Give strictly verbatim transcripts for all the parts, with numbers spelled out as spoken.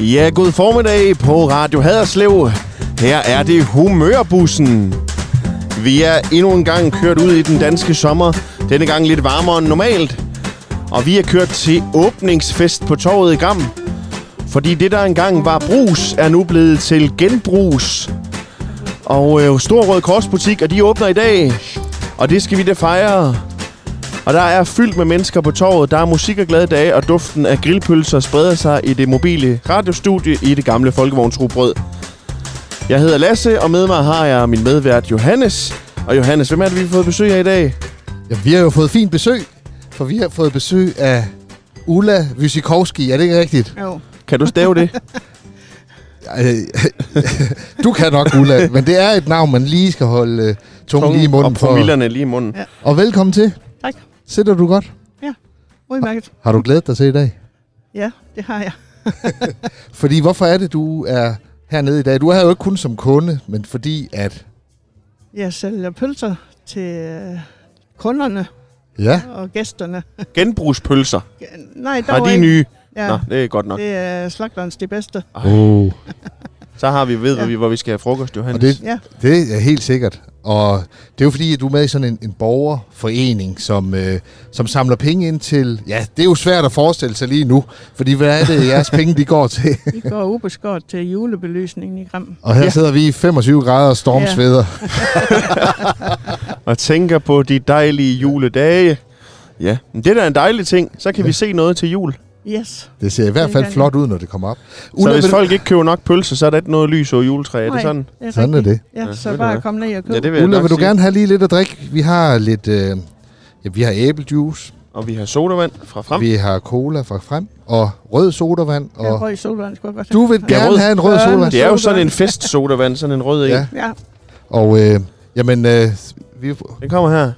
Ja, god formiddag på Radio Haderslev. Her er det Humørbussen. Vi er endnu en gang kørt ud i den danske sommer. Denne gang lidt varmere end normalt. Og vi er kørt til åbningsfest på Torvet i Gram. Fordi det, der engang var brus, er nu blevet til genbrus. Og øh, Stor Rød Korsbutik, og de åbner i dag. Og det skal vi da fejre. Og der er fyldt med mennesker på torvet. Der er musik og glade dage, og duften af grillpølser spreder sig i det mobile radiostudie i det gamle folkevognsrugbrød. Jeg hedder Lasse, og med mig har jeg min medvært Johannes. Og Johannes, hvem er det, vi har fået besøg af i dag? Ja, vi har jo fået fint besøg, for vi har fået besøg af Ulla Wysikowski. Er det ikke rigtigt? Jo. Kan du stave det? Du kan nok, Ulla, men det er et navn, man lige skal holde uh, tungen lige i munden og for. Og promillerne lige i munden. Ja. Og velkommen til. Tak. Sidder du godt? Ja, udmærket. Har du glædet dig til i dag? Ja, det har jeg. Fordi, hvorfor er det, du er hernede i dag? Du er her jo ikke kun som kunde, men fordi at... Jeg sælger pølser til kunderne Ja. og gæsterne. Genbrugspølser. Nej, der Har var de ikke. nye? Ja, Nå, det er godt nok. det er slagterens de bedste. Oh. Så har vi ved, Ja. vi, hvor vi skal have frokost, Johannes. Og det, Ja. det er helt sikkert. Og det er jo fordi, at du er med i sådan en, en borgerforening, som, øh, som samler penge ind til... Ja, det er jo svært at forestille sig lige nu. Fordi hvad er det, jeres penge de går til? Vi går ubeskåret til julebelysningen i Gram. Og her Ja. sidder vi i femogtyve grader og stormsveder. Og tænker på de dejlige juledage. Ja, men det der er en dejlig ting. Så kan ja. vi se noget til jul. Yes. Det ser i hvert fald flot ud, når det kommer op. Så hvis folk ikke køber nok pølse, så er der ikke noget lys over juletræ. Er det sådan? Det er Sådan er rigtigt. det. Ja, Ja, så ved du bare hvad? kom ned og køb. Ja, det vil jeg Ulla, nok vil du sige. gerne have lige lidt at drikke? Vi har lidt... Øh, ja, vi har æblejuice, Og vi har sodavand fra frem. vi har cola fra frem, og rød sodavand. Og Ja, rød sodavand skulle jeg godt du vil Ja, gerne rød. have en rød Ja, sodavand. Det er jo sådan en festsodavand, sådan en rød en. Ja. Ja, Og øh, jamen... Øh, vi, Den kommer her.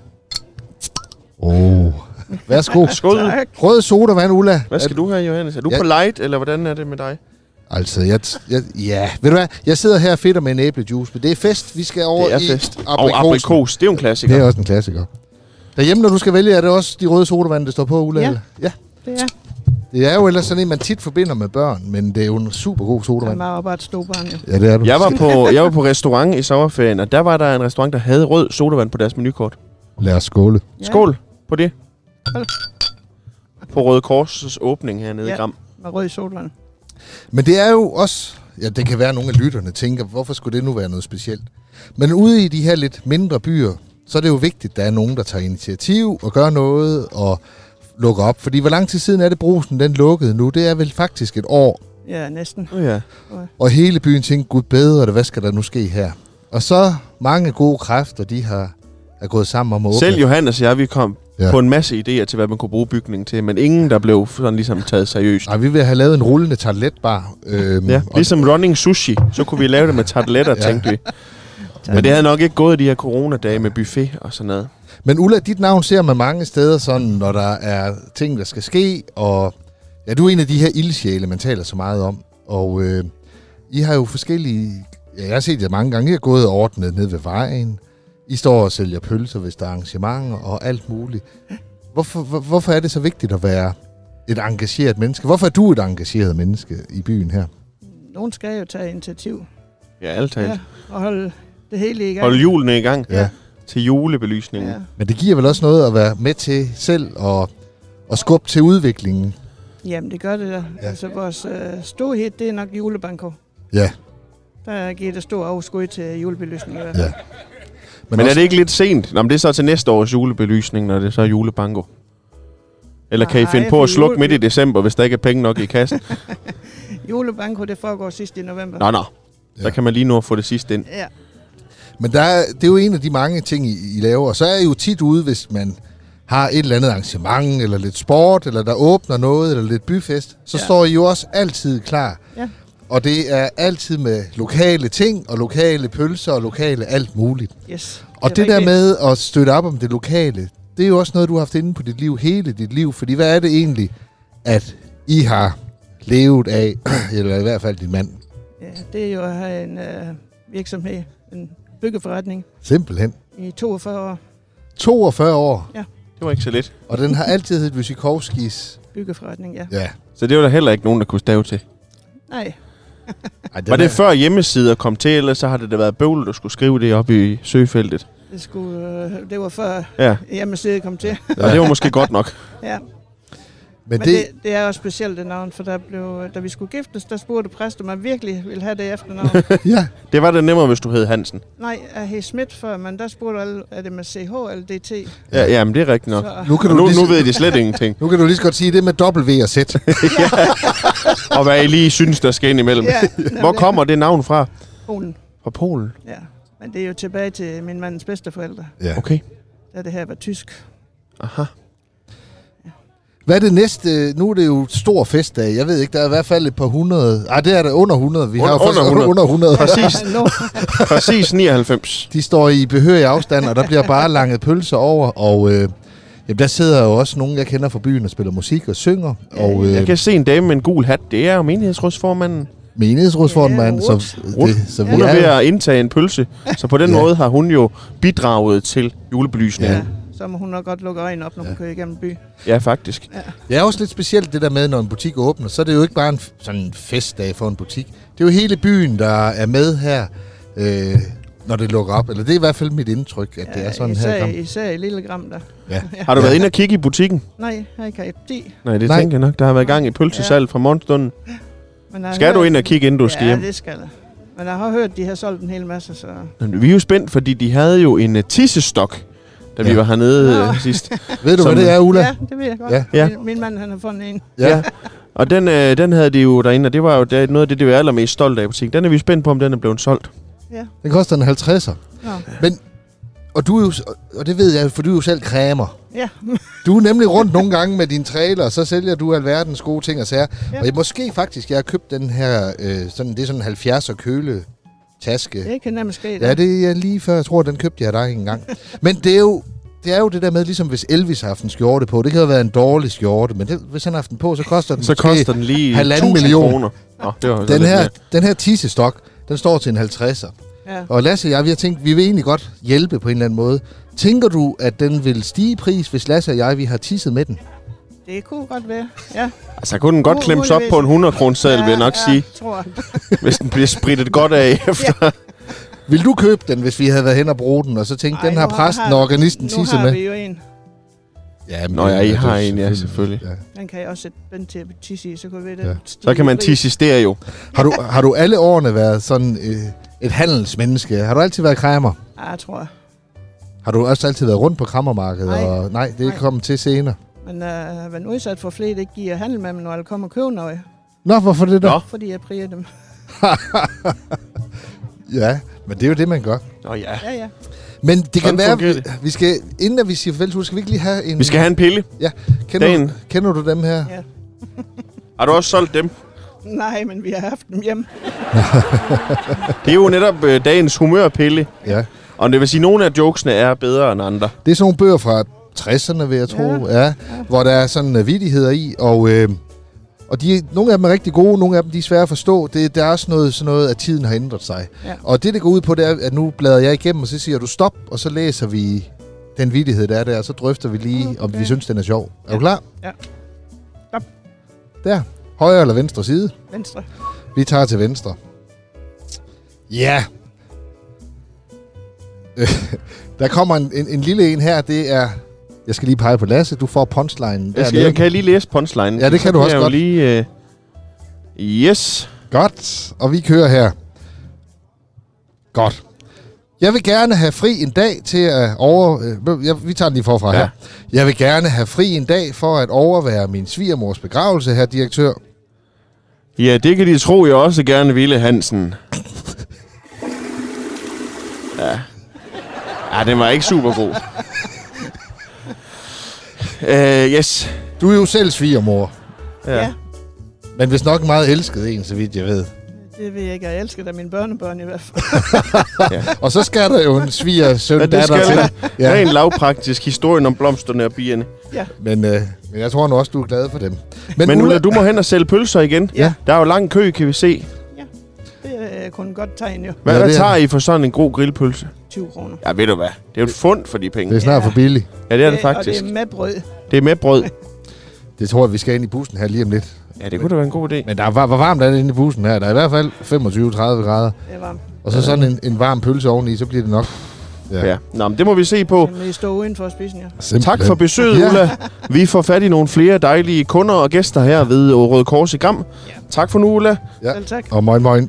oh. Værsgo. Skål. tak. Rød sodavand, Ulla. Hvad skal du have, Johannes? Er du Ja. på light, eller hvordan er det med dig? Altså, jeg, jeg, ja, ved du hvad? Jeg sidder her og fedter med en æblejuice, men det er fest. Vi skal over Det er i fest. Og aprikosen. aprikos, det er jo en klassiker. Det er også en klassiker. Derhjemme, når du skal vælge, er det også de røde sodavand, der står på, Ulla? Ja. eller? Ja. Det er. Det er jo ellers sådan en, man tit forbinder med børn, men det er jo en super god Han sodavand. var jo bare et stort barn, jo. Ja, det er du. Jeg var, på, jeg var på restaurant i sommerferien, og der var der en restaurant, der havde rød sodavand på deres menukort. Lad os skåle. Ja, Skål på det. Skål. På Røde Kors' åbning hernede Ja. i Gram. med rød sodavand. Men det er jo også... Ja, det kan være, at nogle af lytterne tænker, hvorfor skulle det nu være noget specielt? Men ude i de her lidt mindre byer, så er det jo vigtigt, at der er nogen, der tager initiativ og gør noget og lukker op. Fordi hvor lang tid siden er det Brugsen, den lukkede nu? Det er vel faktisk et år. Ja, næsten. Oh, ja. Og hele byen tænkte, gud bedre, hvad skal der nu ske her? Og så mange gode kræfter, de har er gået sammen om at åbne. Selv Johannes og jeg, vi kom Ja. ja. på en masse idéer til, hvad man kunne bruge bygningen til, men ingen, der blev sådan ligesom taget seriøst. Ej, vi vil have lavet en rullende toiletbar. Øhm, Ja, og- ligesom running sushi, så kunne vi lave det med tarteletter, Ja. ja. tænkte vi. Men det havde nok ikke gået de her coronadage med buffet og sådan noget. Men Ulla, dit navn ser man mange steder, sådan, når der er ting, der skal ske, og ja, du er en af de her ildsjæle, man taler så meget om. Og øh, I har jo forskellige... Ja, jeg har set jer mange gange. I har gået og ordnet ned ved vejen. I står og sælger pølser, hvis der er arrangementer og alt muligt. Hvorfor, hvor, hvorfor er det så vigtigt at være et engageret menneske? Hvorfor er du et engageret menneske i byen her? Nogen skal jo tage initiativ. Ja, alt talt. Ja, og holde det hele i gang. Hold hjulene i gang Ja. til julebelysningen. Ja. Men det giver vel også noget at være med til selv og, og skubbe til udviklingen. Jamen, det gør det der. Ja. Ja. Altså, vores øh, storhed, det er nok julebanko. Ja. Der giver det stor afskud til julebelysning. I hvert Ja. fald. Men, Men er det ikke lidt sent? Nå, men det er så til næste års julebelysning, når det så er julebanko. Eller kan I Nej, finde på for at slukke jule- midt i december, hvis der ikke er penge nok i kassen? Julebanko, det foregår sidst i november. Nå, nå. Ja. Der kan man lige nå at få det sidste ind. Ja. Men der er, det er jo en af de mange ting, I, I laver. Og så er I jo tit ude, hvis man har et eller andet arrangement, eller lidt sport, eller der åbner noget, eller lidt byfest. Så Ja. står I jo også altid klar. Ja. Og det er altid med lokale ting, og lokale pølser, og lokale alt muligt. Yes. Og er det der rigtigt. med at støtte op om det lokale, det er jo også noget, du har haft inde på dit liv, hele dit liv. Fordi hvad er det egentlig, at I har levet af, eller i hvert fald din mand? Ja, det er jo at have en øh, virksomhed, en byggeforretning Simpelthen. i toogfyrre år. toogfyrre år. Det var ikke så lidt. Og den har altid heddet Wysikowskis. Byggeforretning, ja. Ja. Så det var der heller ikke nogen, der kunne stave til. Nej. Ej, Var det er... før hjemmesider kom til, eller så har det da været bøvlet, at skulle skrive det op i søgefeltet? Det, skulle, øh, det var før ja. hjemmesiden kom til. Ja, det var måske godt nok. Ja. Men, Men det... det, det er også specielt det navn, for der blev, da vi skulle giftes, der spurgte præst, om man virkelig ville have det efternavn. ja. Det var det nemmere, hvis du hed Hansen. Nej, jeg hed Schmidt før, men der spurgte alle, er det med C H eller D T? Ja, ja, men det er rigtigt nok. Så... Nu, kan du nu, lige... nu ved de slet ingenting. Nu kan du lige så godt sige det med W og Z. ja. Og hvad I lige synes, der skal ind imellem. Ja, Hvor kommer det navn fra? Polen. Fra Polen? Ja, men det er jo tilbage til min mands bedsteforældre. Ja. Okay. Da det her var tysk. Aha. Hvad er det næste? Nu er det jo stor festdag. Jeg ved ikke, der er i hvert fald et par hundrede. Ej, det er der under hundrede. Vi under, har jo under, hundrede. under hundrede. Præcis. Præcis nioghalvfems. De står i behørig afstand, og der bliver bare langet pølser over. Og øh, jamen, der sidder jo også nogen, jeg kender fra byen og spiller musik og synger. Og, øh, jeg kan se en dame med en gul hat. Det er jo menighedsrådsformanden. Menighedsrådsformanden. Ja, så, det, så hun er ved at indtage en pølse. Så på den ja. måde har hun jo bidraget til julebelysningen. Ja. Så må hun nok godt lukke øjnene op, når hun ja. kører igennem by. Ja, faktisk. Ja. Det er også lidt specielt det der med, når en butik åbner, så er det jo ikke bare en sådan en festdag for en butik. Det er jo hele byen, der er med her, øh, når det lukker op. Eller det er i hvert fald mit indtryk, at ja, det er sådan især, her. Gram. Især i Lille Gram der. Ja. ja. Har du været inde og kigge i butikken? Nej, jeg kan ikke de. Nej, det Nej. tænker jeg nok. Der har været gang i pølsesalg ja. fra morgenstunden. Men skal hørt, du ind og kigge, inden du ja, skal hjem? Ja, det skal jeg. Men jeg har hørt, at de har solgt en hel masse, så... Vi er jo spændt, fordi de havde jo en uh, tissestok, da ja. vi var hernede uh, sidst. Ved du, Som, hvad det er, Ulla? Ja, det ved jeg godt. Ja. Ja. Min, min mand, han har fundet en. Ja. ja. Og den, øh, den havde de jo derinde, og det var jo der, noget af det, det var allermest stolt af i butikken. Den er vi spændt på, om den er blevet solgt. Ja. Den koster en halvtredser. Ja. Men, og du er jo, og det ved jeg, for du er jo selv kræmer. Ja. Du er nemlig rundt nogle gange med din trailer, og så sælger du alverdens gode ting og sager. Ja. Og jeg, måske faktisk, jeg har købt den her, øh, sådan, det er sådan en halvfjerdser køle taske. Det kan nemlig ske. Ja, det er lige før, jeg tror, den købte jeg dig engang. Men det er jo det er jo det der med, ligesom hvis Elvis har haft en skjorte på. Det kan jo være en dårlig skjorte, men det, hvis han har haft den på, så koster den så koster den lige halvanden million kroner. Nå, det var den, her, den her tissestok, den står til en halvtredser. Ja. Og Lasse og jeg, vi har tænkt, vi vil egentlig godt hjælpe på en eller anden måde. Tænker du, at den vil stige i pris, hvis Lasse og jeg, vi har tisset med den? Det kunne godt være, ja. Altså, kunne den godt klemmes op på en hundrede kroner seddel, ja, vil jeg nok ja, sige. Tror jeg. Hvis den bliver spritet godt af efter. Ja. Vil du købe den, hvis vi havde været hen og bruge den, og så tænkte, den har præsten og organisten tisset med? Nu har vi jo en. Ja, Nå ja, I har en, ja, selvfølgelig. Ja. Den kan jeg også sætte den til at tisse i, så kunne vi det. Ja. Så kan man tisse i stereo. Har du, har du alle årene været sådan øh, et handelsmenneske? Har du altid været kræmer? Ja, jeg tror jeg. Har du også altid været rundt på kræmmermarkedet? Nej. Og, nej, det er kommet til senere. Men jeg uh, har været udsat for flere, der ikke giver handel med mig, når jeg kommer og køber noget. Nå, hvorfor det der? Nå. Fordi jeg priger dem. Ja, men det er jo det, man gør. Nå ja. Ja, ja. Men det Sådan kan være, vi, det. vi skal, inden at vi siger farvel, så skal vi ikke lige have en... Vi skal have en pille. Ja, kender, Dagen. du, kender du dem her? Ja. Har du også solgt dem? Nej, men vi har haft dem hjem. Det er jo netop øh, dagens humørpille. Ja. Og det vil sige, at nogle af jokesene er bedre end andre. Det er sådan nogle bøger fra tresserne, vil jeg tro, ja. Ja, hvor der er sådan uh, vittigheder i, og, øh, og de, nogle af dem er rigtig gode, nogle af dem de er svære at forstå. Det, der er også noget, sådan noget, at tiden har ændret sig. Ja. Og det, det går ud på, det er, at nu bladrer jeg igennem, og så siger du stop, og så læser vi den vittighed, der er der, og så drøfter vi lige, okay. om vi synes, den er sjov. Er ja. du klar? Ja. Stop. Der. Højre eller venstre side? Venstre. Vi tager til venstre. Ja. Der kommer en, en, en lille en her, det er... Jeg skal lige pege på Lasse, du får punchlinen. Jeg, skal, jeg kan lige læse punchlinen. Ja, det kan du også godt. Lige, uh... Yes. Godt, og vi kører her. Godt. Jeg vil gerne have fri en dag til at over... Øh, jeg, vi tager den lige forfra ja. her. Jeg vil gerne have fri en dag for at overvære min svigermors begravelse, her direktør. Ja, det kan de tro, jeg også gerne ville, Hansen. Ja. Ja, den var ikke super god. Uh, yes. Du er jo selv svigermor. Ja. ja. Men hvis nok meget elsket en, så vidt jeg ved. Det ved jeg ikke. Jeg elsker da mine børnebørn i hvert fald. ja. Og så skal der jo en sviger søn ja, datter til. Ja. Ren lavpraktisk historien om blomsterne og bierne. Ja. Men, øh, men jeg tror nu også, du er glad for dem. Men, men Ulla, du må hen og sælge pølser igen. Ja. Der er jo lang kø, kan vi se. Ja, det er kun et godt tegn jo. Hvad, ja, hvad tager I for sådan en god grillpølse? tyve kroner. Ja, ved du hvad? Det er jo et fund for de penge. Det er snart ja. for billigt. Ja, det er det faktisk. Og det er med brød. Det er med brød. Det tror jeg, vi skal ind i bussen her lige om lidt. Ja, det kunne da være en god idé. Men der var, hvor varmt er det inde i bussen her? Der er i hvert fald femogtyve til tredive grader. Det er varmt. Og så sådan en, en varm pølse oveni, så bliver det nok. Ja. ja. Nå, men det må vi se på. Kan vi stå udenfor og spise, ja. Simpelthen. Tak for besøget, Ja. Ulla. Vi får fat i nogle flere dejlige kunder og gæster her ved Røde Kors i Gram. Ja. Tak for nu, Ulla. Ja. Selv tak. Og moin moin.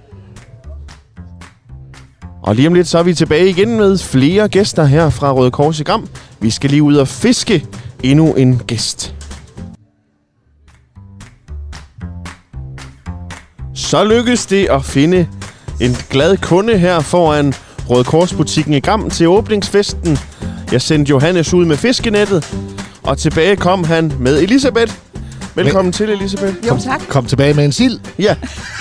Og lige om lidt, så er vi tilbage igen med flere gæster her fra Røde Kors i Gram. Vi skal lige ud og fiske endnu en gæst. Så lykkedes det at finde en glad kunde her foran Røde Kors-butikken i Gram til åbningsfesten. Jeg sendte Johannes ud med fiskenettet, og tilbage kom han med Elisabeth. Velkommen Men, til, Elisabeth. Jo, tak. Kom tilbage med en sild. Ja,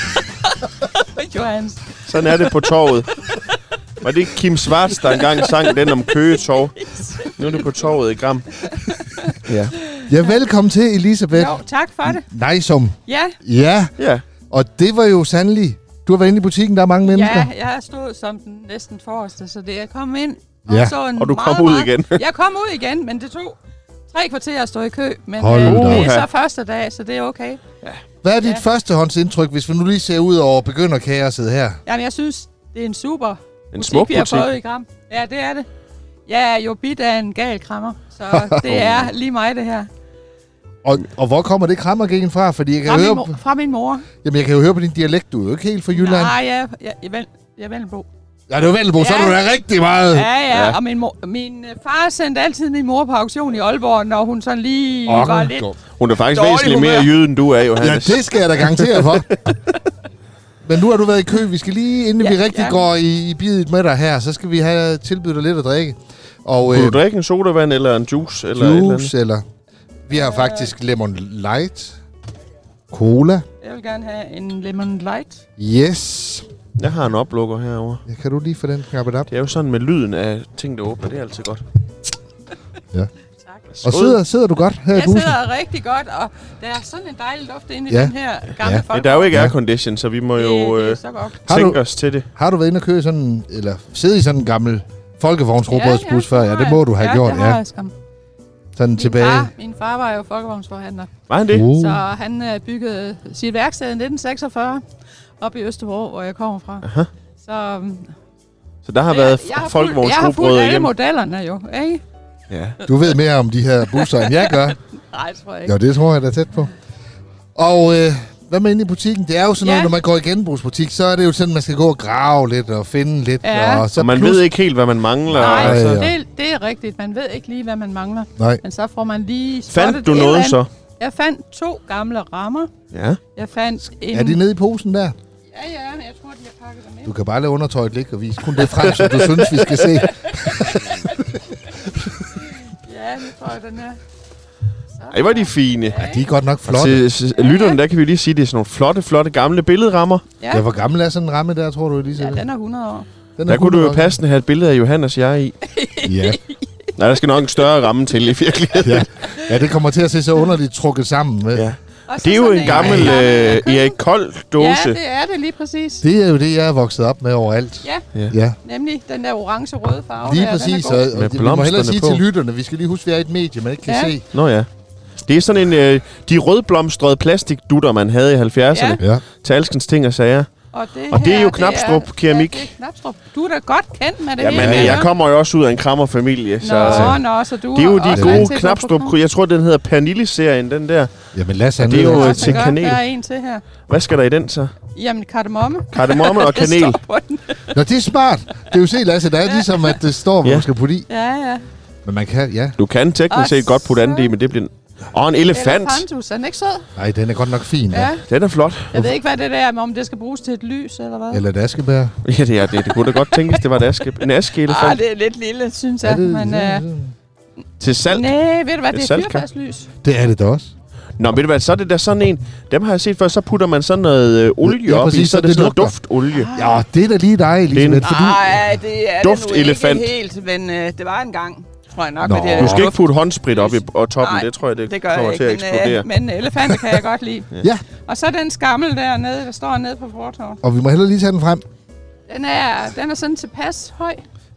Johannes. sådan er det på torvet. Var det ikke Kim Svarts, der engang sang den om Køge Torv? Nu er det på torvet i Gram. Ja. Ja, velkommen til, Elisabeth. Jo, tak for det. Nejsom. Ja, Ja, Ja. og det var jo sandelig. Du har været inde i butikken, der er mange mennesker. ja, jeg har stået som den næsten forreste, så det er kommet ind. Og, Ja. så en Og du meget, kom ud meget, igen. Jeg kom ud igen, men det tog tre kvarter at stå i kø. Men Hold øh, da det op. er så første dag, så det er okay. Hvad er dit Ja. førstehåndsindtryk, hvis vi nu lige ser ud over begynderkaoset her? Jamen, jeg synes, det er en super En butik, smuk vi har butik. fået i Gram. Ja, det er det. Jeg er jo bit af en gal krammer, så det er lige mig, det her. Og, og hvor kommer det krammergen fra? Fordi jeg kan, Fra min, høre, mor, fra min mor. jamen, jeg kan jo høre på din dialekt, du er jo ikke helt fra Jylland. Nej, jeg, jeg, jeg, jeg, jeg er Vendelbo. Ja, det er Vendelbo, så Ja. er du da rigtig meget. Ja, ja, Ja. og min, mor, min øh, far sendte altid min mor på auktion i Aalborg, når hun sådan lige Åh, var lidt... godt. Hun er faktisk Dårlig væsentligt mere humør. jyde, end du er, Ja, Johannes. det skal jeg da garantere for. Men nu har du været i kø. Vi skal lige, inden Ja, vi rigtig ja. går i, i bidet med dig her, så skal vi have tilbydet dig lidt at drikke. Og Vil øh, du drikke en sodavand eller en juice? Eller et eller andet? juice, eller... Vi har faktisk lemon light, cola. Jeg vil gerne have en lemon light. Yes. Jeg har en oplukker herovre. Ja, kan du lige få den knappet op? Det er jo sådan med lyden af ting, der åbner. Det er altid godt. Ja. Tak. Og sidder, sidder du godt her i Jeg bussen? sidder rigtig godt, og der er sådan en dejlig luft inde i Ja. den her gamle Ja. folk. Men der er jo ikke Ja. aircondition, så vi må jo det, det er øh, så godt. Har tænke du- os til det. Har du været inde og køre i sådan, eller sidde i sådan en gammel folkevognsrobotsbus før? Ja, har det jeg. må du have ja, gjort, det har ja. jeg skam. Sådan Min tilbage. far, min far var jo folkevognsforhandler, Var han det? Uh. så han øh, byggede sit værksted i nitten seksogfyrre op i Østervrå, hvor jeg kommer fra. Aha. Så um, Så der har jeg- været jeg har fulgt- Jeg har fulgt folkevognsrobrød alle igennem. modellerne jo, ikke? Ja. Du ved mere om de her busser, end jeg gør. Nej, det tror jeg ikke. Jo, det tror jeg, der er tæt på. Og øh, hvad med inde i butikken? Det er jo sådan noget, Ja. når man går i genbrugsbutik, så er det jo sådan, man skal gå og grave lidt og finde lidt. Ja. Og så Så man plus- ved ikke helt, hvad man mangler. Nej, Ej, altså. ja. det, det er rigtigt. Man ved ikke lige, hvad man mangler. Nej. Men så får man lige spottet Fandt du et eller noget andet. så? Jeg fandt to gamle rammer. Ja. Jeg fandt en... Er de nede i posen der? Ja, ja, jeg tror, de har pakket dem ind. Du kan bare lade undertøjet ligge og vise kun det frem, som du synes, vi skal se. Ja, det tror jeg, den er. Ej, hvor er de fine. Ja, de er godt nok Og flotte. til s- lytterne, der kan vi lige sige, at det er sådan nogle flotte, flotte gamle billedrammer. Ja, Ja, hvor gammel er sådan en ramme der, tror du, Elisabeth? ja, den er hundrede år. Den Der kunne du jo hundrede år. passende have et billede af Johannes og jeg i. Ja. Nej, der skal nok en større ramme til i virkeligheden. Ja. Ja, det kommer til at se så underligt trukket sammen med. Ja. Og så Det er jo sådan en gammel øh, Erik Kold dåse. Ja, det er det lige præcis. Det er jo det, jeg er vokset op med overalt. Ja, Ja. Ja, nemlig den der orange-røde farve. lige der, den er præcis. god. Og, Med og vi må hellere blomsterne sige på. til lytterne, vi skal lige huske, at vi er et medie, man ikke kan Ja. se. Nå ja. Det er sådan en, øh, de rødblomstrede plastikdutter, man havde i halvfjerdserne. Ja. Til alskens ting og sager. Og det, Og det er her, jo Knabstrup keramik. Ja, det er Knabstrup. Du er da godt kendt med det Jamen, hele. øh, jeg ja. kommer jo også ud af en krammerfamilie. Så, Nå, nå, så du det er jo har de også gode vant til at gå på Knabstrup. kro. Jeg tror, den hedder Pernille-serien, den der. Jamen lad os have det er jo, ned. øh, Nå, til så godt, kanel. Der er en til her. Hvad skal der i den så? Jamen, kardemomme. Kardemomme og Det kanel. står på den. Nå, det er smart. Det er jo se, Lasse, der er ligesom, at det står, hvor Ja. man skal putte i. Ja, ja. Men man kan, ja. Du kan teknisk Og set godt putte andet i, men det bliver... Og en elefant. Elefantus. Er den ikke sød? Nej, den er godt nok fin. Ja. Ja. Den er flot. Jeg ved ikke, hvad det der er, men om det skal bruges til et lys, eller hvad? Eller et askebær. Ja, det er det. Det kunne da godt tænkes, det var et aske. En askeelefant. Ah, det er lidt lille, synes jeg. Er det, men, det, øh, Til salg. nej, ved du hvad, Et det er saltkar. fyrfadslys. det er det da også. Nå, ved du hvad, så er det der sådan en... Dem har jeg set før, så putter man sådan noget øh, olie Ja, op i, præcis, så er så det det sådan noget lugter. duftolie. Ja, det er da lige dig, Elisabeth. For du, Nej, det er det Duftelefant. nu ikke helt, men øh, det var engang, tror jeg nok. Nå. Med det Du skal duft. ikke putte håndsprit op i og toppen, Nej, det tror jeg, det, Det gør kommer jeg til at ikke, eksplodere. men, øh, men elefanter kan jeg godt lide. Ja, Og så den skammel dernede, der står nede på fortorvet. og vi må hellere lige tage den frem. Den er, den er sådan tilpas høj.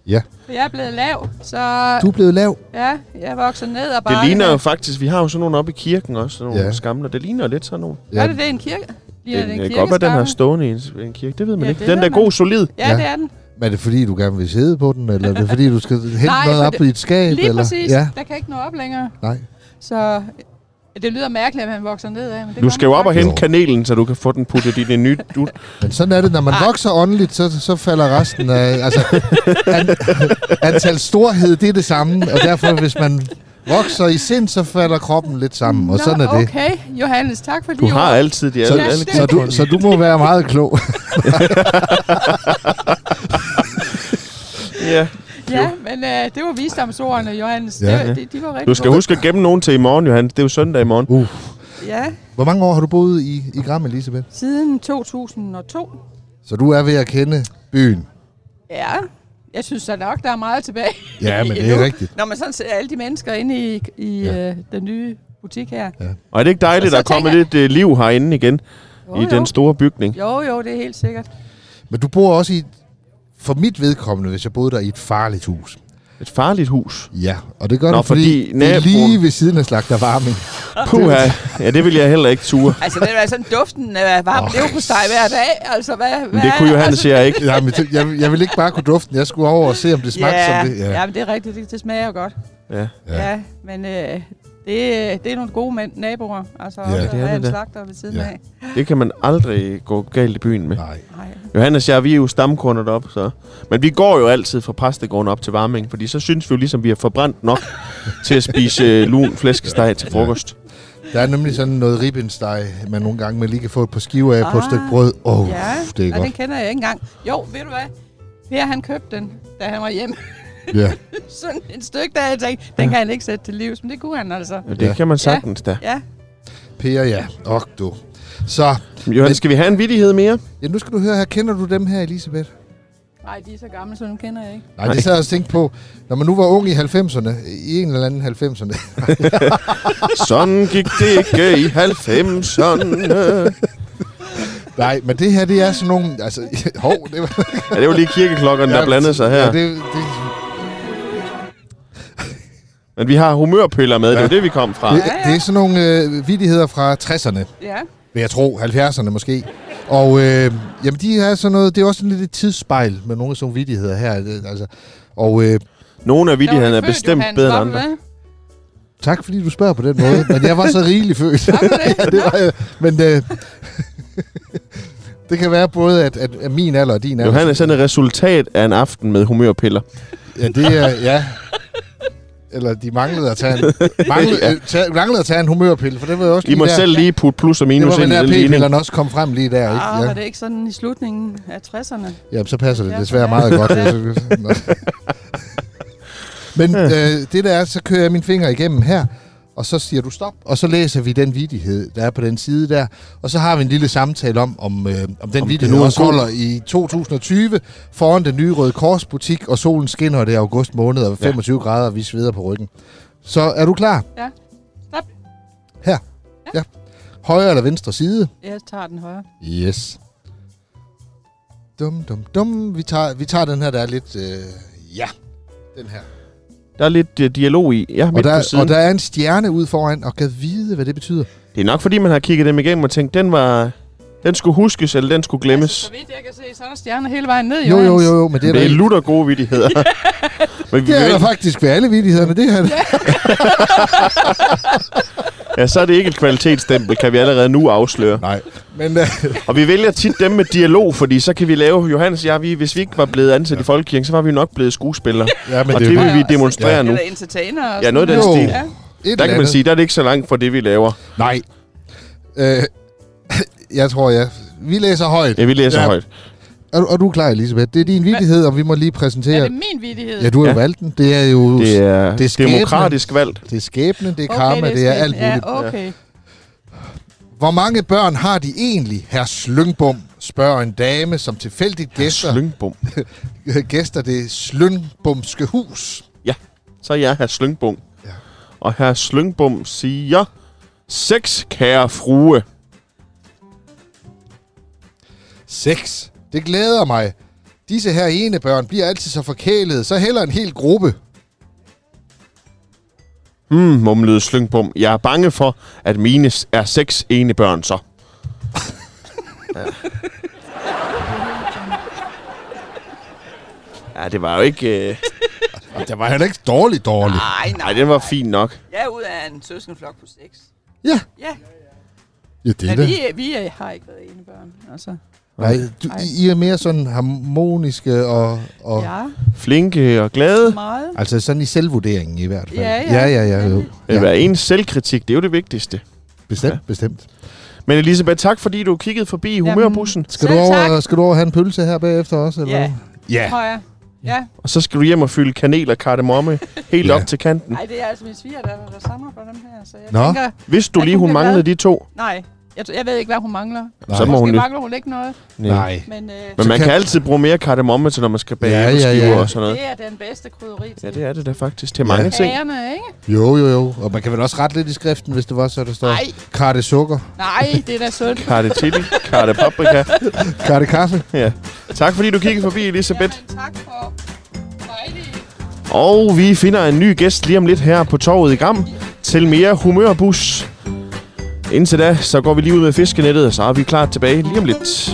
Ja. For jeg er blevet lav, så... Du er blevet lav. Ja, jeg vokser ned og bare... Det ligner jo faktisk, vi har jo sådan nogle oppe i kirken også, sådan nogle Ja. skamler. Det ligner lidt sådan nogle. Ja. Er det det en kirke? Ligner Det, det en det kan godt være, den har kirkeskamme? stående i en, en kirke. Det ved man Ja, ikke. det Den ved der man. god, solid. Ja, Ja. det er den. Men er det fordi, du gerne vil sidde på den, eller er det fordi, du skal hente Nej, noget for op det- i et skab? Lige eller? præcis. Ja, Der kan ikke nå op længere. nej. Så det lyder mærkeligt, at man vokser nedad. Men det Du gør skal man jo op og faktisk. hente kanelen, så du kan få den puttet i det nye. Du, Men sådan er det, når man Ej. vokser åndeligt, så, så falder resten af... Altså, an, antal storhed, det er det samme, og derfor, hvis man vokser i sind, så falder kroppen lidt sammen, og Nå, sådan er det. okay. Johannes, tak for de du har ord. altid de Så, alle, Ja, alle det- så, du, så du må være meget klog. Ja. Ja, men øh, det var visdomsordene, Johannes. Ja. Det, de, de var rigtig Du skal gode. huske at gemme nogen til i morgen, Johan. Det er jo søndag i morgen. Uh. Ja, Hvor mange år har du boet i, i Gram, Elisabeth? siden to tusind og to. Så du er ved at kende byen. Ja, jeg synes så nok, der er meget tilbage. Ja, men det er endnu. rigtigt. Når man sådan ser alle de mennesker inde i, i Ja. øh, den nye butik her. Og er det ikke dejligt, Og så at der kommer tænker lidt uh, liv herinde igen Jo, i jo. den store bygning? Jo, jo, det er helt sikkert. Men du bor også i, for mit vedkommende, hvis jeg boede der i et farligt hus. Et farligt hus. Ja, og det gør Nå, det, fordi, fordi det er naboen- lige ved siden af slagtervarming. Puha. Ja, det vil jeg heller ikke ture. Altså, det er sådan duften af varm Åh. leverpostej hver dag. Altså, hvad, Men det kunne Johannes altså, siger ikke. Ja, men det- jeg, jeg vil ikke bare kunne dufte den. Jeg skulle over og se, om det smagte ja, som det. ja. ja, men det er rigtigt. Det, det smager jo godt. Ja. Ja. Ja, ja men øh, det, det er nogle gode mænd, naboer. Altså, Ja. ja, Det det er er det en da. slagter ved siden Ja. af. Det kan man aldrig gå galt i byen med. Nej. Nej. Johannes og jeg, vi er jo stamkunder deroppe, så... Men vi går jo altid fra præstegården op til Varming, fordi så synes vi jo ligesom, vi har forbrændt nok til at spise øh, lun flæskesteg til frokost. Der er nemlig sådan noget ribbensteg, man nogle gange man lige kan få et par skiver af ah, på et Ah, stykke brød. Åh, oh, Ja, det er og den godt. kender jeg ikke engang. Jo, ved du hvad? Per, han købte den, da han var hjemme. Ja. Sådan et stykke, der jeg tænkte, den kan han ikke sætte til livs, men det kunne han altså. Ja, det Ja. kan man sagtens da. Ja, Per, ja. Og du. Så, Johannes, skal vi have en vittighed mere? ja, nu skal du høre her. Kender du dem her, Elisabeth? nej, de er så gamle, så dem kender jeg ikke. Nej, det sad jeg også tænkt på. Når man nu var ung i halvfemserne, i en eller anden halvfemserne. Sådan gik det ikke i halvfemserne. Nej, men det her, det er sådan nogle... Altså, hov, det var... Ja, det var lige kirkeklokkerne, der blandede sig her. Ja, det, det, Men vi har humørpiller med, det er jo Ja. det, vi kom fra. det, Ja, ja. det er sådan nogle øh, vittigheder fra tresserne, Ja, vil jeg tro. halvfjerdserne måske. Og øh, jamen, de er sådan noget... Det er også sådan lidt et tidsspejl med nogle af sådan nogle vittigheder her. Det, altså, og øh, Nogle af vittighederne er Der var du bestemt født, bedre end Johannes, var andre. du det? tak, fordi du spørger på den måde. Men jeg var så rigelig født. Var du det? Ja, det var jeg. Men øh, det kan være både, at, at, at min alder og din alder... Johannes er et resultat af en aften med humørpiller. Ja, det er... Ja. Eller de manglede at tage en, manglede, Ja. øh, tage, manglede at tage en humørpille, for det var jo også I lige må der, selv lige putte plus og det minus var ind vel i der den ligning. p-pillerne også kom frem lige der, ikke? Ah, Ja. var det ikke sådan i slutningen af tresserne? Jamen, så passer det Ja, desværre ja. meget godt. Nå. Men øh, det der er, så kører jeg min finger igennem her, og så siger du stop, og så læser vi den vittighed, der er på den side der, og så har vi en lille samtale om, om, øh, om den Om vittighed det nu er også god. holder i to tusind og tyve foran den nye Røde Kors butik, og solen skinner, og det er august måned, og femogtyve grader, og vi sveder på ryggen. Så er du klar? Ja. Stop. Her. Ja. Højre eller venstre side? Jeg tager den højre. Yes. Dum, dum, dum. Vi tager, vi tager den her, der er lidt... Øh, ja, den her. Der er lidt uh, dialog i. Ja, Og midt på der, siden. og der er en stjerne ud foran, og kan vide, hvad det betyder. Det er nok, fordi man har kigget dem igennem og tænkt, den var... Den skulle huskes, eller den skulle glemmes. Altså, så vidt jeg kan se, så er der stjerner hele vejen ned, Jo, jo, Johannes. jo, jo, men det er, Det er der, lutter gode vittigheder. Men vi det er vil, der faktisk ved alle vittighederne. Det her. ja, så er det ikke et kvalitetsstempel, kan vi allerede nu afsløre. Nej, men øh, Og vi vælger tit dem med dialog, fordi så kan vi lave... Johannes og jeg, vi, hvis vi ikke var blevet ansat ja. i Folkekirken, så var vi nok blevet skuespillere. ja, men Og det, det er vil jo vi demonstrere ja. nu. Eller entertainer. Og Ja, noget af den Jo. stil. et Ja. Der eller kan man andet. sige, der er det ikke så langt fra det, vi laver. Nej. Øh, jeg tror, ja. Vi læser højt. Ja, vi læser Ja. højt. Er, du- er du klar, Elisabeth? Det er din vittighed, og vi må lige Er præsentere... det min vittighed? Ja, du har jo Ja. valgt den. Det er jo... Det er, det er skæbnen. demokratisk valgt. Det er skæbnen, det er Okay, karma, det er skægt. alt muligt. Ja, okay. Hvor mange børn har de egentlig, herr Slyngbom, spørger en dame, som tilfældigt gæster, Slyngbom. gæster det Slyngbombske hus. Så er jeg herr Slyngbom. Ja. Og herr Slyngbom siger... Seks, kære frue. Sex. Det glæder mig. Disse her enebørn bliver altid så forkælede, så heller en hel gruppe. Hmm, mumlede Slyngbom. Jeg er bange for, at mine er seks enebørn, så. ja. ja, det var jo ikke... Øh... Det var heller ikke dårligt dårligt. Nej, nej. Nej, den var fin nok. Jeg er ud af en søskenflok på seks. Ja. Ja. Ja, det er Men det. vi, vi har ikke været enebørn, altså. Nej, du, I, I er mere sådan harmoniske og... og Ja, Flinke og glade. meget. altså sådan i selvvurderingen i hvert fald. Ja, ja. Ja, ja, ja. Jo. At Ja, være ens selvkritik, det er jo det vigtigste. bestemt, Ja. bestemt. Men Elisabeth, tak fordi du kiggede forbi i humørbussen. Skal du, Selv over, tak. skal du over have en pølse her bagefter også? Eller? Ja. Ja. Tror jeg. Ja. Og så skal du hjem og fylde kanel og kardemomme helt Ja. op til kanten. Nej, det er altså min svigerdatter, der samler på dem her, så jeg Nå. tænker... Hvis du Ej, lige, hun hun bliver manglede glad. de to. Nej, jeg, jeg ved ikke, hvad hun mangler. Nej. Så må Måske hun jo- mangler hun ikke noget, Nej. men, øh, Men man kan- kan altid bruge mere kardemomme til, når man skal bage Ja, ja, æbleskiver ja. og sådan noget. det er den bedste krydderi til. Ja, det er det da faktisk. Til Ja. mange ting. Kagerne, ikke? Jo, jo, jo. Og man kan vel også rette lidt i skriften, hvis det var så, der står Nej, karte sukker, nej, det er da sundt. Karte chili, karte paprika. karte kaffe. Ja. Tak fordi du kiggede forbi, Elisabeth. Jamen, tak for dejligt. Og vi finder en ny gæst lige om lidt her på torvet i Gram til mere humørbus. Indtil da, så går vi lige ud med fiskenettet, og så er vi klar tilbage lige om lidt.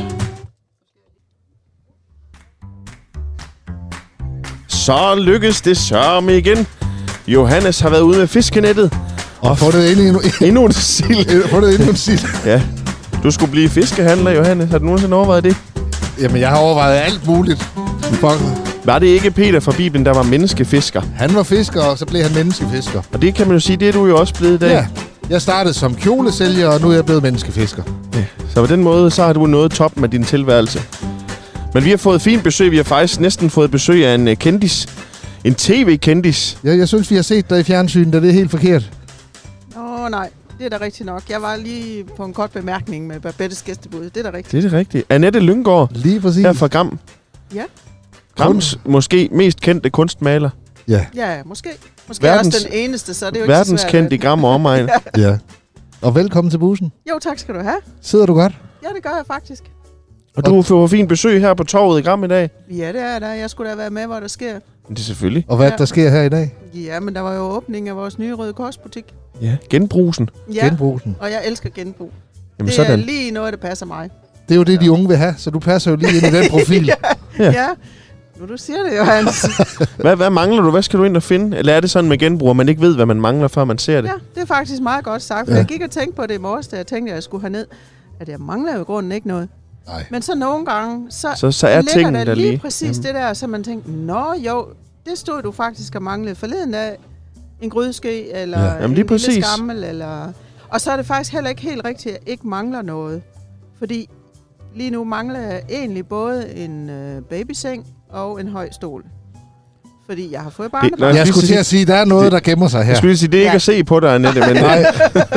Så lykkes det sørme igen. Johannes har været ude med fiskenettet. Og få det ind i en... Endnu en sild. Få det ind i en sild. Ja. Du skulle blive fiskehandler, Johannes. Har du nogensinde overvejet det? Jamen, jeg har overvejet alt muligt. Fuck. Var det ikke Peter fra Bibelen, der var menneskefisker? Han var fisker, og så blev han menneskefisker. Og det kan man jo sige, det er du jo også blevet i dag. Ja. Jeg startede som kjolesælger, og nu er jeg blevet menneskefisker. Ja. Så på den måde, så har du nået toppen af din tilværelse. Men vi har fået fint besøg. Vi har faktisk næsten fået besøg af en uh, kendis. En tv-kendis. Ja, jeg synes, vi har set dig i fjernsynet, og det er helt forkert. Åh, nej. Det er da rigtigt nok. Jeg var lige på en kort bemærkning med Babettes gæstebud. Det er da rigtigt. Det er det rigtige. Annette Lynggaard, Lige præcis. her fra Gram. Ja. Grams måske mest kendte kunstmaler. Ja, Ja, måske. Måske Verdens- også den eneste, så det er jo ikke så svært. Verdenskendt i Gram og omegn. ja. Og velkommen til bussen. Jo, tak skal du have. Sidder du godt? Ja, det gør jeg faktisk. Og du får fint besøg her på torvet i Gram i dag. Ja, det er der. Jeg skulle da være med, hvor der sker. Det er selvfølgelig. Og hvad Ja. der sker her i dag? Ja, men der var jo åbning af vores nye Røde Kors-butik. Ja, genbrusen. Ja, Genbrusen. og jeg elsker genbrug. Jamen Det er sådan. lige noget, der passer mig. Det er jo det, de unge vil have, så du passer jo lige ind i den profil. Ja. Ja. ja. Nu du siger det, Johannes. Hvad, hvad mangler du? Hvad skal du ind og finde? Eller er det sådan med genbrug, at man ikke ved, hvad man mangler, før man ser det? Ja, det er faktisk meget godt sagt. For Ja. jeg gik og tænkte på det i morges, da jeg tænkte, at jeg skulle herned. At jeg mangler jo i grunden ikke noget. Nej. Men så nogle gange, så, Så, så er ligger tingene der der lige lige. præcis det der, så man tænkte, nå jo, det stod du faktisk og manglede forleden af. En grydeske, eller Ja. ja. Jamen, en lige lille præcis. skammel. Eller... Og så er det faktisk heller ikke helt rigtigt, at jeg ikke mangler noget. Fordi lige nu mangler jeg egentlig både en øh, babyseng og en høj stol. Fordi jeg har fået barnebarn. lad os Jeg lige skulle til sige- at sige, at der er noget, der gemmer sig Jeg her. skulle lige sige, det er ikke Ja. at se på dig, Annette, men... Nej.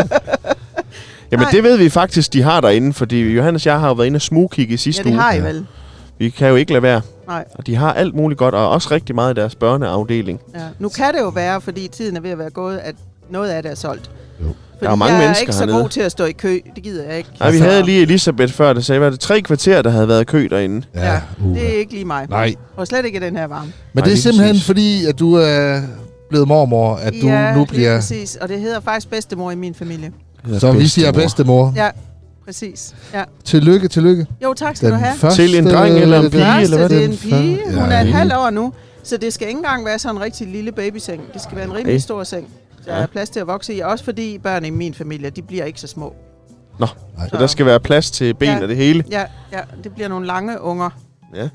Jamen, Nej. det ved vi faktisk, de har derinde, fordi Johannes og jeg har jo været inde og smugkigge i Ja, sidste det uge. har I Ja. vel. Vi kan jo ikke lade være. Nej. Og de har alt muligt godt, og også rigtig meget i deres børneafdeling. Ja. Nu kan det jo være, fordi tiden er ved at være gået, at noget af det er solgt. Jo. Fordi Der er mange jeg mennesker er ikke så hernede. god til at stå i kø. Det gider jeg ikke. Nej, vi Så- havde lige Elisabeth før, der sagde, var det tre kvarter, der havde været i kø derinde. Ja, uh. det er ikke lige mig. Nej. Og slet ikke i den her varme. Men Nej, det er lige simpelthen præcis. fordi, at du er blevet mormor, at du ja, nu lige bliver... præcis. Og det hedder faktisk bedstemor i min familie. Så vi siger bedstemor. Ja, præcis. Ja. Tillykke, tillykke. Jo, tak skal du have. første... Til en dreng eller en den pige, Første, eller hvad det er den en pige. før- Hun Ja, er en ja. halv år nu. Så det skal ikke engang være sådan en rigtig lille babyseng. Det skal være en rimelig Ej. stor seng. Så Ja. der er plads til at vokse i. Også fordi børn i min familie, de bliver ikke så små. Nå, Nej. så der skal være plads til ben Ja. og det hele. Ja, ja, det bliver nogle lange unger. Ja.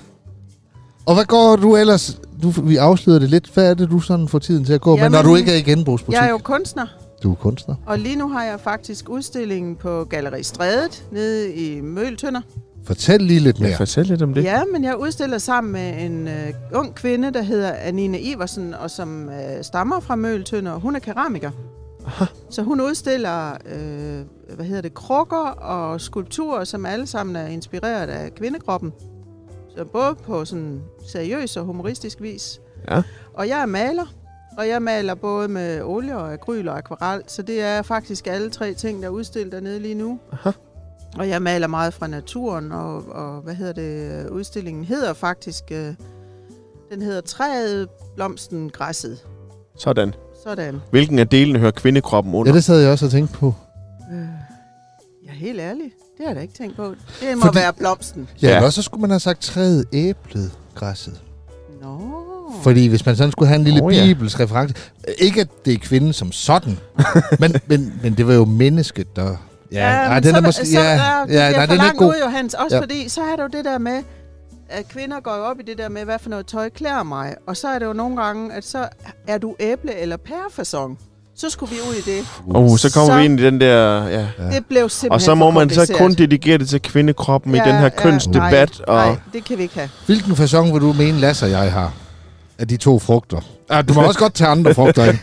Og hvad går du ellers... Du, vi afslørede det lidt. Hvad er det, du sådan får tiden til at gå? Jamen, Men når du ikke er i genbrugsbutik, Jeg er jo kunstner. du er kunstner. Og lige nu har jeg faktisk udstillingen på Galleri Strædet nede i Møgeltønder. Fortæl lige lidt Ja, mere. fortæl lidt om det. Ja, men jeg udstiller sammen med en øh, ung kvinde, der hedder Anine Iversen, og som øh, stammer fra Møgeltønder. Hun er keramiker. Aha. Så hun udstiller øh, hvad hedder det, krukker og skulpturer, som alle sammen er inspireret af kvindekroppen. Så både på sådan seriøs og humoristisk vis. Ja. Og jeg er maler, og jeg maler både med olie og akryl og akvarel, så det er faktisk alle tre ting, der er udstillet dernede lige nu. Aha. Og jeg maler meget fra naturen, og, og hvad hedder det, udstillingen hedder faktisk, øh, den hedder Træet, Blomsten, Græsset. Sådan. Sådan. Hvilken af delene hører kvindekroppen under? Ja, det sad jeg også og tænkte på. Øh, ja, helt ærligt. Det har jeg da ikke tænkt på. Det må Fordi- være blomsten. Ja, Ja. eller så skulle man have sagt træet, æblet, græsset. Nå. Fordi hvis man sådan skulle have en lille Oh, oh, ja. bibelsk reference. Ikke at det er kvinden som sådan, men, men, men det var jo mennesket, der... Ja, nej, men den så, er måske... så, Ja, der, det ja, er nej, for den er langt god. ud, Johannes. Også Ja. fordi, så er der jo det der med, at kvinder går jo op i det der med, hvad for noget tøj klæder mig. Og så er det jo nogle gange, at så er du æble- eller pærefasong. Så skulle vi ud i det. Oh, så kommer Så- vi ind i den der... Ja. Ja. Det blev simpelthen Og så må for man så kompliceret. kun dedikere det til kvindekroppen ja, i den her kønsdebat. Nej, og nej, det kan vi ikke have. Hvilken fasong vil du mene, Lasse og jeg har? Af de to frugter. Ah, du må også godt tage andre frugter ind.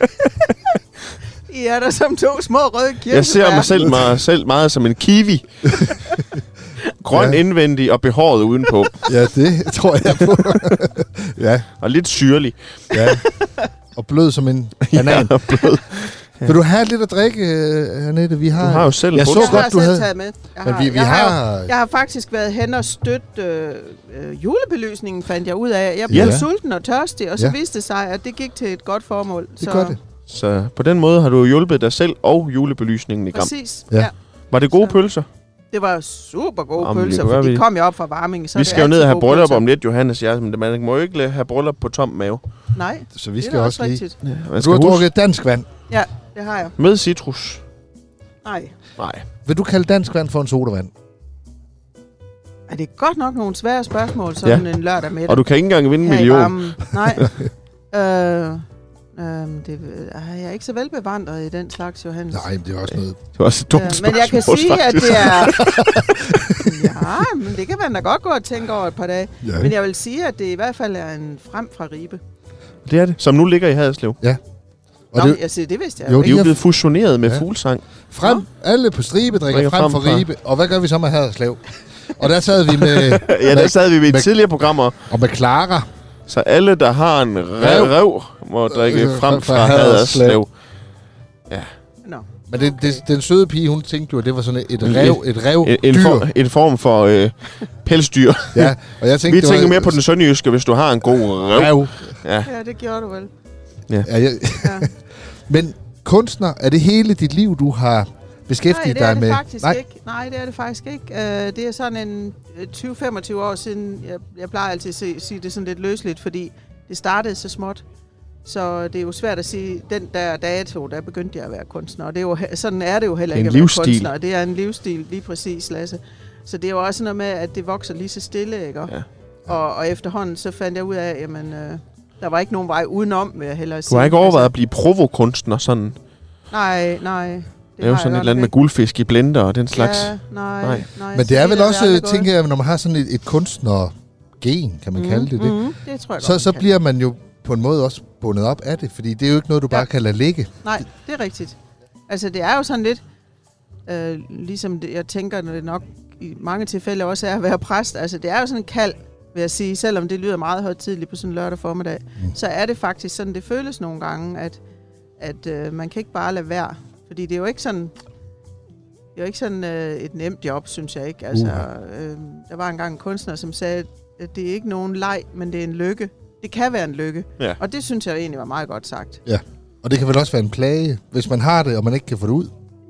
I er der som to små røde kirsebær. jeg ser mig selv, mig selv meget som en kiwi. Grøn Ja. ja. indvendig og behåret udenpå. Ja, det tror jeg på. ja, Og lidt syrlig. ja. Og blød som en banan. Ja, blød. Vil du have lidt at drikke, uh, Annette? Vi har... Du har jo selv Jeg på så Jeg godt, har du selv havde- taget med. Jeg Men har, vi, vi jeg har... har jo- Jeg har faktisk været hen og stødt øh, øh, julebelysningen, fandt jeg ud af. Jeg blev Ja. ja. sulten og tørstig, og så Ja. ja. viste det sig, at det gik til et godt formål. Det gør det. Så på den måde har du hjulpet dig selv og julebelysningen i gang. Præcis. Ja. Ja. Ja. Var det gode Så- pølser? Det var super gode Jamen, det pølser, kan for være, de vi- kom jo op fra varming. Så Vi er det skal jo ned og altid have gode bryllup pølser. om lidt, Johannes. Ja, men man må jo ikke have bryllup på tom mave. Nej, Så vi det skal er da også lige... rigtigt. Ja, man Du skal har huske, drukket dansk vand. Ja, det har jeg. med citrus. Nej. Nej. Vil du kalde dansk vand for en sodavand? Er det godt nok nogle svære spørgsmål, sådan ja. en lørdag middag? Og du kan ikke engang vinde en her i million. varmen? Nej. øh, øh, det, øh, jeg er ikke så velbevandret i den slags, Johannes. Nej, men det er også noget... Det var også et dumt Øh, men jeg kan spørgsmål, sige, faktisk. at det er... ja, men det kan man da godt gå og tænke over et par dage. Ja. Men jeg vil sige, at det i hvert fald er en frem fra Ribe. Det er det. Som nu ligger i Haderslev. Og Nå, det, jeg siger, det vidste jeg Jo, jo De er ikke. jo blevet fusioneret med Ja. fuglsang. frem, alle på stribe drikker Drikker frem, frem for fra- Ribe. Og hvad gør vi så med Haderslev? Og der sad vi med, Ja, der sad vi ved et med- tidligere programmer. og med Clara. Så alle, der har en rev, Rev. rev må drikke Øh, frem fra fra Haderslev. Haderslev. Nå. Men det, det, den søde pige, hun tænkte jo, at det var sådan et rev, et rev En, en, dyr. for, en form for øh, pelsdyr. Ja, og jeg tænkte, Vi det tænker var, mere på den sønderjyske, hvis du har en god rev. rev. Ja. Ja, det gjorde du vel. Ja, jeg, Ja. men kunstner, er det hele dit liv, du har Nej, beskæftiget det er dig det med? faktisk ikke. Nej, det er det faktisk ikke. Uh, det er sådan en øh, tyve til femogtyve år siden. Jeg, jeg plejer altid at se, sige det sådan lidt løsligt, fordi det startede så småt. Så det er jo svært at sige, den der dato, der begyndte jeg at være kunstner. Og det er jo, he- sådan er det jo heller Det er ikke en at være livsstil. kunstner. Det er en livsstil, lige præcis, Lasse. Så det er jo også noget med, at det vokser lige så stille, ikke? Ja. Og, og efterhånden så fandt jeg ud af, jamen, øh, der var ikke nogen vej udenom, vil jeg hellere sige. Du har ikke overvejet at blive provokunstner sådan? Altså, nej, nej. Det, Det er jo har sådan jeg et eller andet godt med guldfisk i blender og den slags. Ja, nej, Nej. nej. nej. Men så det er vel der også, aldrig gået. tænker jeg, når man har sådan et, et kunstnergen, kan man Mhm, kalde det det, mhm, det tror jeg så, godt, så man kan. bliver man jo på en måde også bundet op af det, fordi det er jo ikke noget, du bare Ja. kan lade ligge. Nej, det er rigtigt. Altså, det er jo sådan lidt, øh, ligesom det, jeg tænker, når det nok i mange tilfælde også er at være præst. Altså, det er jo sådan en kald, vil jeg sige, selvom det lyder meget højtidligt på sådan en lørdag formiddag, mm. så er det faktisk sådan, det føles nogle gange, at, at øh, man kan ikke bare lade være. Fordi det er jo ikke sådan, det er jo ikke sådan øh, et nemt job, synes jeg ikke. Altså, øh, der var engang en kunstner, som sagde, at det er ikke nogen leg, men det er en lykke. Det kan være en lykke. Ja. Og det synes jeg egentlig var meget godt sagt. Og det kan vel også være en plage, hvis man har det, og man ikke kan få det ud.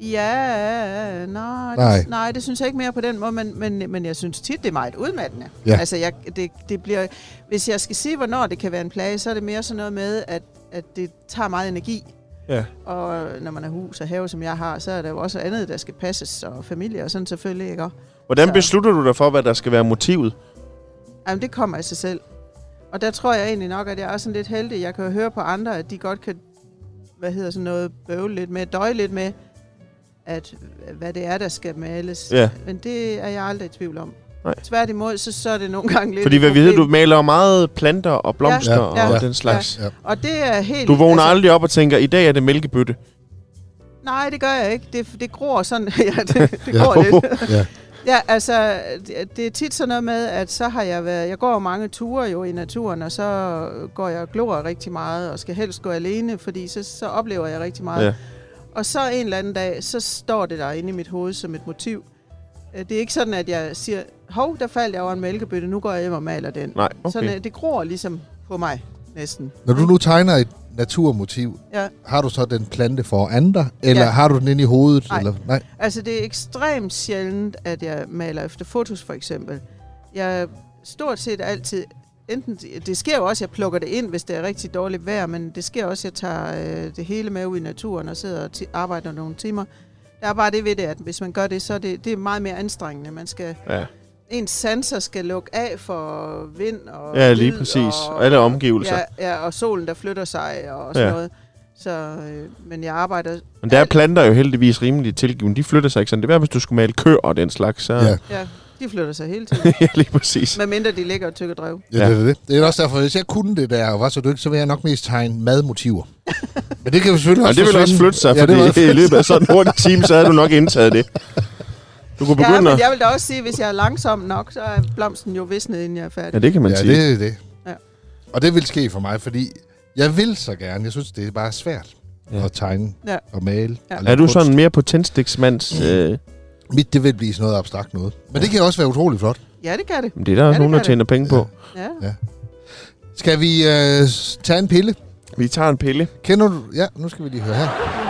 Ja, nej, Nej. Det, nej, det synes jeg ikke mere på den måde, men, men, men jeg synes tit, det er meget udmattende. Ja. Altså, jeg, det, det bliver, hvis jeg skal sige, hvornår det kan være en plage, så er det mere sådan noget med, at, at det tager meget energi. Ja. Og når man har hus og have, som jeg har, så er der jo også andet, der skal passes, og familie og sådan selvfølgelig, ikke? Hvordan Så- beslutter du dig for, hvad der skal være motivet? Jamen, det kommer af sig selv. Og der tror jeg egentlig nok, at jeg er sådan lidt heldig. Jeg kan jo høre på andre, at de godt kan, hvad hedder sådan noget, bøvle lidt med, døje lidt med, at hvad det er, der skal males. Ja. Men det er jeg aldrig i tvivl om. Nej. Tværtimod, så, så er det nogle gange lidt Fordi et hvad vi ved, problem. du maler jo meget planter og blomster Ja, og ja, den slags. Ja. Og det er helt... Du vågner aldrig op og tænker, i dag er det mælkebøtte. Nej, det gør jeg ikke. Det, det gror sådan... ja, det, det Ja. gror lidt. Ja. Ja, altså, det, det er tit sådan noget med, at så har jeg været... Jeg går jo mange ture jo i naturen, og så går jeg og glor rigtig meget, og skal helst gå alene, fordi så, så oplever jeg rigtig meget. Ja. Og så en eller anden dag, så står det der inde i mit hoved som et motiv, Det er ikke sådan, at jeg siger, hov, der faldt jeg over en mælkebøtte, nu går jeg hjem og maler den. Nej, okay. Sådan, det gror ligesom på mig, næsten. Når du nu tegner et naturmotiv, Ja. har du så den plante foran dig, eller Ja. har du den inde i hovedet? Nej. Eller? Nej. Altså, det er ekstremt sjældent, at jeg maler efter fotos, for eksempel. Jeg stort set altid, enten, det sker jo også, at jeg plukker det ind, hvis det er rigtig dårligt vejr, men det sker også, at jeg tager øh, det hele med ud i naturen og sidder og ti- arbejder nogle timer. Der er bare det ved det, at hvis man gør det, så er det, det er meget mere anstrengende. Man skal, Ja, ens sanser skal lukke af for vind og ja lige lyd præcis. og, Alle omgivelser. Ja, ja, og solen, der flytter sig og sådan Ja. noget. Så, øh, men jeg arbejder... Men der er planter jo heldigvis rimelig tilgivende. De flytter sig ikke sådan. Det er hvis du skulle male køer og den slags. Så... Ja. Ja, de flytter sig hele tiden. ja, lige præcis. Medmindre de ligger og tykker drev. Ja, det er det. Det er også derfor, hvis jeg kunne det der og var så dygtig, så ville jeg nok mest tegne madmotiver. Men det kan jo selvfølgelig Og også det vil også forsvinde. flytte sig, Ja, fordi det vil i løbet af sådan en hurtig time, så havde du nok indtaget det. Du kunne Ja, begynde men at... jeg vil da også sige, at hvis jeg er langsom nok, så er blomsten jo visnet, inden jeg er færdig. Ja, det kan man Ja, sige. det er det. Ja. Og det vil ske for mig, fordi jeg vil så gerne. Jeg synes, det er bare svært Ja. at tegne Ja. og male. Ja. Og Er lave du kunst. sådan mere på tændstiksmands... Øh... Mit, det vil blive sådan noget abstrakt noget. Men det kan også være utroligt flot. Ja, det kan det. Det er der også det nogen, der kan tjener penge på. Ja. Skal vi øh, tage en pille? Vi tager en pille. Kender du... Ja, nu skal vi lige høre her.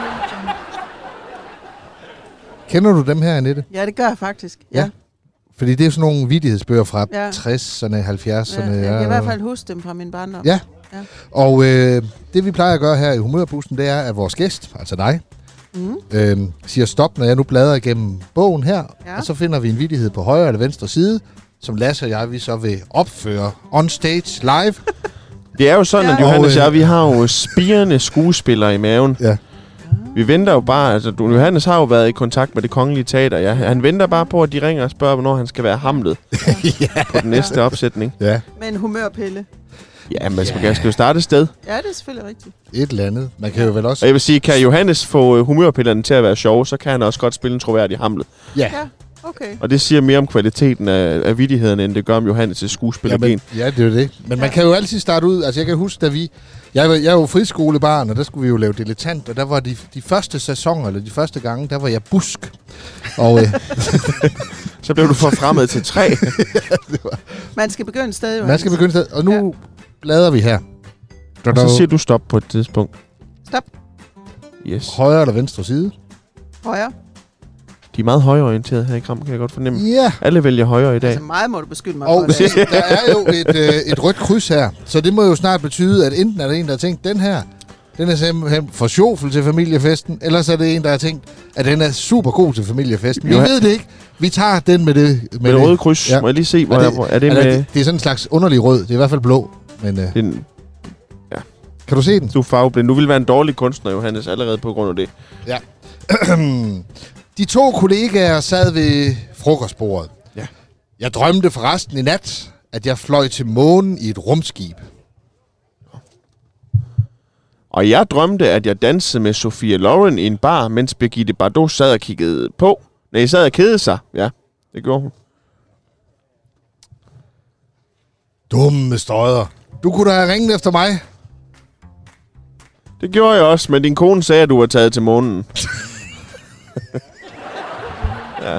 Kender du dem her, Annette? Ja, det gør jeg faktisk. Ja. Ja. Fordi det er sådan nogle vittighedsbøger fra Ja. tresserne, halvfjerdserne. Ja, jeg kan i hvert fald huske dem fra min barndom. Ja. Ja. Og øh, det vi plejer at gøre her i Humørbussen, det er, at vores gæst, altså dig, Mm. øh, siger stop, når jeg nu bladrer igennem bogen her. Ja. Og så finder vi en vittighed på højre eller venstre side, som Lasse og jeg, vi så vil opføre on stage live. Det er jo sådan, Ja. at Johannes og Og, øh, jeg, vi har jo spirende skuespillere i maven. Ja. Vi venter jo bare, altså du, Johannes har jo været i kontakt med Det Kongelige Teater, ja. Han venter bare på, at de ringer og spørger, hvornår han skal være Hamlet ja. på den næste opsætning. Ja, Med en humørpille. Ja, men skal, yeah. skal jo starte et sted. Ja, det er selvfølgelig rigtigt. et eller andet. Man kan jo vel også... Og jeg vil sige, kan Johannes få øh, humørpillerne til at være sjove, så kan han også godt spille en troværdig Hamlet. Ja. Ja, okay. Og det siger mere om kvaliteten af, af vittighederne, end det gør om Johannes' skuespillergen. Ja, men, ja, det er jo det. Men man kan jo altid starte ud... Altså, jeg kan huske, da vi... Jeg var, jeg var jo friskolebarn, og der skulle vi jo lave dilettant, og der var de, de første sæsoner, eller de første gange, der var jeg busk. Og øh, Så blev du forfremmet til tre. Man skal begynde et sted, jo. man skal begynde sted, og nu ja. bladrer vi her. Og så siger du stop på et tidspunkt. Stop. Yes. Højre eller venstre side. Højre. De er meget højreorienterede her i Gram, kan jeg godt fornemme. Ja. Alle vælger højre i dag. Altså meget må du beskylde mig Og for det. der er jo et, øh, et rødt kryds her, så det må jo snart betyde, at enten er der en, der har tænkt, den her, den er simpelthen for sjovfuld til familiefesten, eller så er det en, der har tænkt, at den er super god til familiefesten. Vi Jo, ved det ikke. Vi tager den med det. Med det røde kryds. Ja. Må jeg lige se, hvor Er er det- det, er det Er med... det, det er sådan en slags underlig rød. Det er i hvert fald blå. Men øh, Den, kan du se den? du er farveblind. Du vil være en dårlig kunstner, Johannes, allerede på grund af det. De to kollegaer sad ved frokostbordet. Ja. Jeg drømte forresten i nat, at jeg fløj til månen i et rumskib. Og jeg drømte, at jeg dansede med Sophia Loren i en bar, mens Birgitte Bardot sad og kiggede på. Nej, sad og kedede sig. Ja, det gjorde hun. Dumme støder. Du kunne da have ringet efter mig. Det gjorde jeg også, men din kone sagde, at du var taget til månen. ja.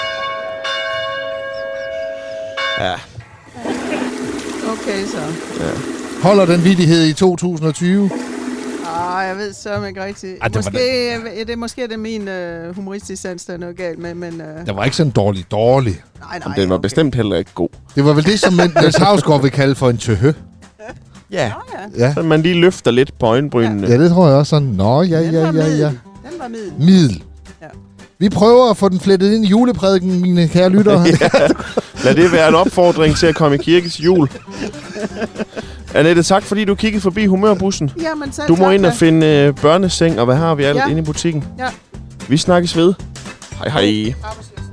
Ja. Okay, så. Holder den vittighed i to tusind og tyve? Ah, jeg ved så ikke rigtigt. Ej, det var Måske, er det, måske er det min øh, humoristiske sans, der er noget galt med, men... Øh, Den var ikke sådan dårlig, dårlig. nej, nej, Jamen, den var okay. bestemt heller ikke god. Det var vel det, som Niels Hausgaard vil kalde for en tøhø. Ja. Nå, ja. Ja. Så man lige løfter lidt på øjenbrynene. Ja, det tror jeg også sådan. Nå, ja, Den ja, var ja, middel. ja. Den var middel. Middel. Ja. Vi prøver at få den flettet ind i juleprædiken, mine kære lyttere. Ja. Lad det være en opfordring til at komme i kirke til jul. Annette, tak fordi du kiggede forbi humørbussen. Jamen, selv Du må tak, ind og da. finde øh, børneseng, og hvad har vi alt Ja. inde i butikken. Ja. Vi snakkes ved. Hej hej. Arbejdsløst.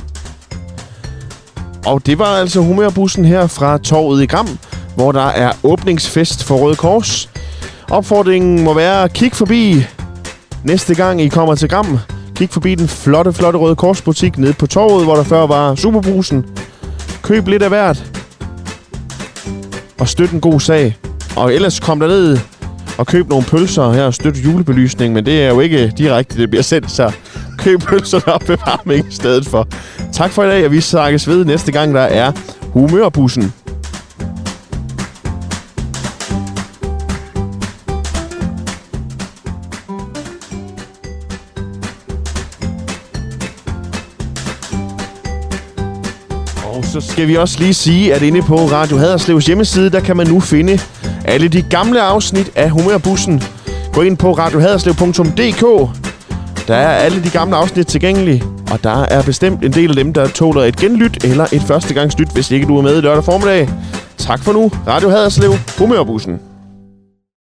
Og det var altså humørbussen her fra Torvet i Gram, hvor der er åbningsfest for Røde Kors. Opfordringen må være at kigge forbi næste gang I kommer til Gram. Kig forbi den flotte, flotte Røde Kors butik nede på Torvet, hvor der før var Superbrusen. Køb lidt af hvert. Og støt en god sag. Og ellers kom der ned og køb nogle pølser her og støt julebelysning, men det er jo ikke direkte, det bliver sendt, så køb pølserne op ved varming i stedet for. Tak. Tak for i dag, og vi snakkes ved næste gang, der er Humørbussen. Og så skal vi også lige sige, at inde på Radio Haderslevs hjemmeside, der kan man nu finde alle de gamle afsnit af Humørbussen. Gå ind på radio haderslev punktum d k. Der er alle de gamle afsnit tilgængelige, og der er bestemt en del af dem, der tåler et genlyt eller et førstegangslyt, hvis ikke du er med i lørdag formiddag. Tak for nu. Radio Haderslev, Humørbussen.